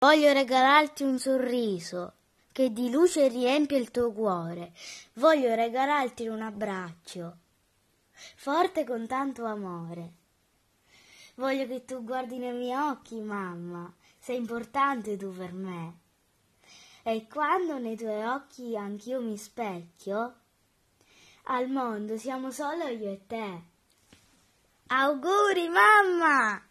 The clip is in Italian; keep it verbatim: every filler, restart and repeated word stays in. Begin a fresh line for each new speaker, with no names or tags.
Voglio regalarti un sorriso che di luce riempie il tuo cuore. Voglio regalarti un abbraccio forte con tanto amore. Voglio che tu guardi nei miei occhi, mamma, sei importante tu per me. E quando nei tuoi occhi anch'io mi specchio, al mondo siamo solo io e te. Auguri, mamma!